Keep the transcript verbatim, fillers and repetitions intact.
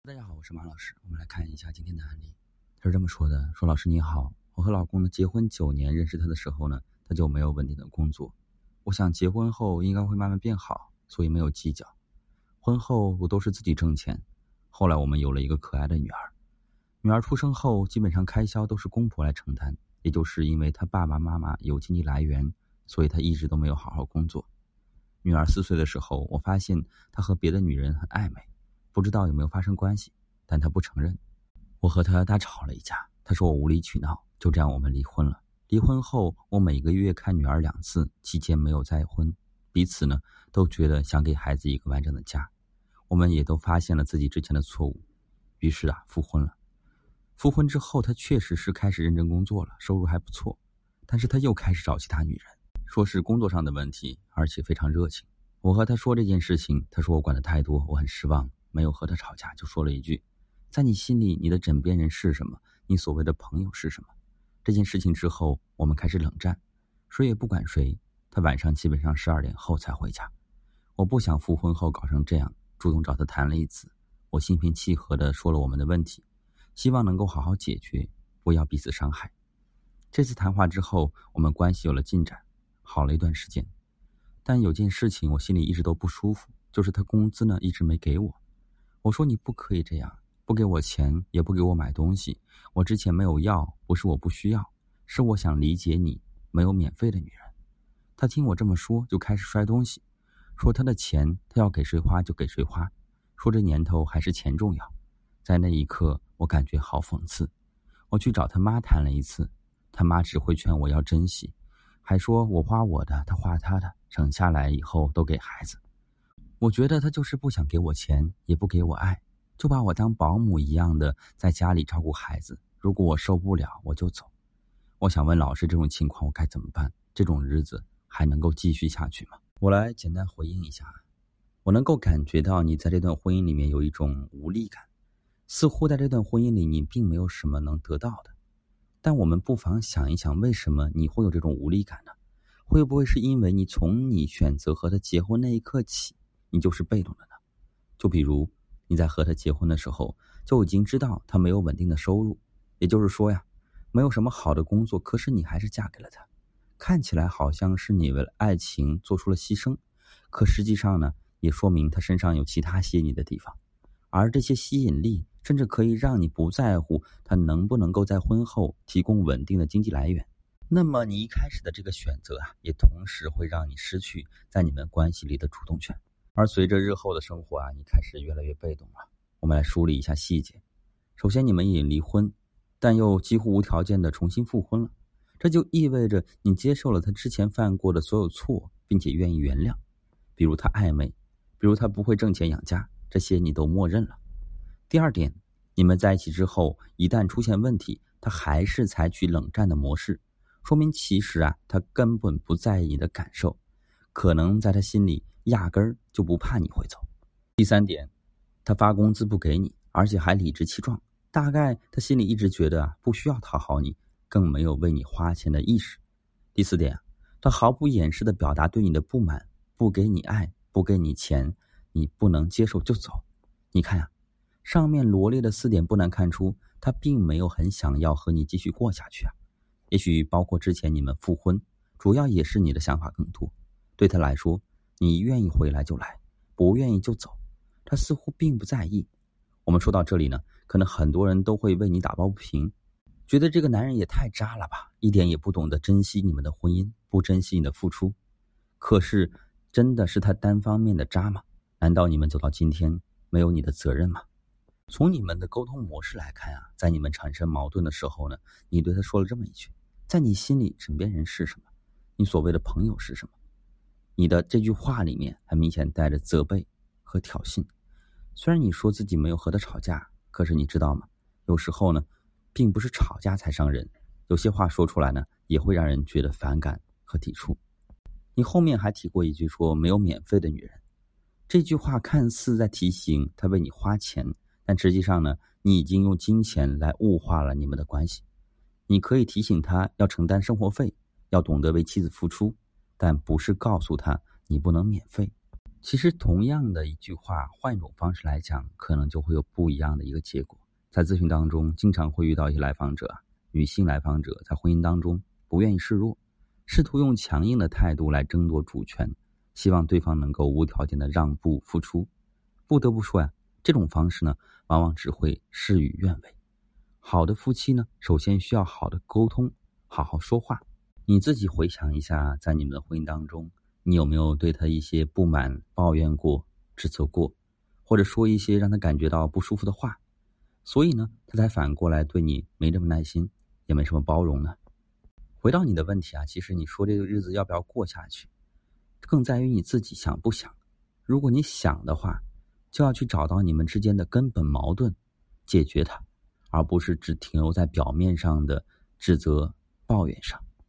大家好，我是马老师。我们来看一下今天的案例。他是这么说的：说老师你好，我和老公呢结婚九年，认识他的时候呢，他就没有稳定的工作。我想结婚后应该会慢慢变好，所以没有计较。婚后我都是自己挣钱。后来我们有了一个可爱的女儿。女儿出生后，基本上开销都是公婆来承担，也就是因为他爸爸妈妈有经济来源，所以他一直都没有好好工作。女儿四岁的时候，我发现他和别的女人很暧昧。不知道有没有发生关系，但他不承认。我和他大吵了一架，他说我无理取闹，就这样我们离婚了。离婚后，我每个月看女儿两次，期间没有再婚，彼此呢都觉得想给孩子一个完整的家。我们也都发现了自己之前的错误，于是啊复婚了。复婚之后，他确实是开始认真工作了，收入还不错，但是他又开始找其他女人，说是工作上的问题，而且非常热情。我和他说这件事情，他说我管得太多，我很失望。没有和他吵架，就说了一句：在你心里，你的枕边人是什么？你所谓的朋友是什么？这件事情之后，我们开始冷战，谁也不管谁。他晚上基本上十二点后才回家。我不想复婚后搞成这样，主动找他谈了一次。我心平气和地说了我们的问题，希望能够好好解决，不要彼此伤害。这次谈话之后，我们关系有了进展，好了一段时间。但有件事情我心里一直都不舒服，就是他工资呢一直没给我。我说你不可以这样，不给我钱，也不给我买东西。我之前没有要，不是我不需要，是我想理解你，没有免费的女人。他听我这么说，就开始摔东西，说他的钱他要给谁花就给谁花，说这年头还是钱重要。在那一刻，我感觉好讽刺。我去找他妈谈了一次，他妈只会劝我要珍惜，还说我花我的，他花他的，省下来以后都给孩子。我觉得他就是不想给我钱，也不给我爱，就把我当保姆一样的在家里照顾孩子。如果我受不了，我就走。我想问老师，这种情况我该怎么办？这种日子还能够继续下去吗？我来简单回应一下。我能够感觉到你在这段婚姻里面有一种无力感，似乎在这段婚姻里你并没有什么能得到的。但我们不妨想一想，为什么你会有这种无力感呢？会不会是因为你从你选择和他结婚那一刻起，你就是被动的呢？就比如你在和他结婚的时候，就已经知道他没有稳定的收入，也就是说呀，没有什么好的工作，可是你还是嫁给了他。看起来好像是你为了爱情做出了牺牲，可实际上呢，也说明他身上有其他吸引你的地方，而这些吸引力甚至可以让你不在乎他能不能够在婚后提供稳定的经济来源。那么你一开始的这个选择啊，也同时会让你失去在你们关系里的主动权。而随着日后的生活啊，你开始越来越被动了。我们来梳理一下细节。首先，你们已经离婚，但又几乎无条件的重新复婚了，这就意味着你接受了他之前犯过的所有错，并且愿意原谅。比如他暧昧，比如他不会挣钱养家，这些你都默认了。第二点，你们在一起之后，一旦出现问题，他还是采取冷战的模式，说明其实啊，他根本不在意你的感受，可能在他心里压根儿就不怕你会走。第三点，他发工资不给你，而且还理直气壮，大概他心里一直觉得啊，不需要讨好你，更没有为你花钱的意识。第四点，他毫不掩饰地表达对你的不满，不给你爱，不给你钱，你不能接受就走。你看呀、啊，上面罗列的四点不难看出，他并没有很想要和你继续过下去啊。也许包括之前你们复婚，主要也是你的想法更多。对他来说，你愿意回来就来，不愿意就走，他似乎并不在意。我们说到这里呢，可能很多人都会为你打抱不平，觉得这个男人也太渣了吧，一点也不懂得珍惜你们的婚姻，不珍惜你的付出。可是真的是他单方面的渣吗？难道你们走到今天没有你的责任吗？从你们的沟通模式来看啊，在你们产生矛盾的时候呢，你对他说了这么一句：在你心里枕边人是什么？你所谓的朋友是什么？你的这句话里面很明显带着责备和挑衅。虽然你说自己没有和他吵架，可是你知道吗？有时候呢，并不是吵架才伤人，有些话说出来呢，也会让人觉得反感和抵触。你后面还提过一句说没有免费的女人，这句话看似在提醒他为你花钱，但实际上呢，你已经用金钱来物化了你们的关系。你可以提醒他要承担生活费，要懂得为妻子付出，但不是告诉他你不能免费。 其实同样的一句话，换一种方式来讲，可能就会有不一样的一个结果。在咨询当中，经常会遇到一些来访者，女性来访者在婚姻当中不愿意示弱，试图用强硬的态度来争夺主权，希望对方能够无条件的让步付出。不得不说呀，这种方式呢，往往只会事与愿违。好的夫妻呢，首先需要好的沟通，好好说话。你自己回想一下，在你们的婚姻当中，你有没有对他一些不满、抱怨过、指责过，或者说一些让他感觉到不舒服的话？所以呢，他才反过来对你没这么耐心，也没什么包容呢。回到你的问题啊，其实你说这个日子要不要过下去，更在于你自己想不想。如果你想的话，就要去找到你们之间的根本矛盾，解决它，而不是只停留在表面上的指责、抱怨上。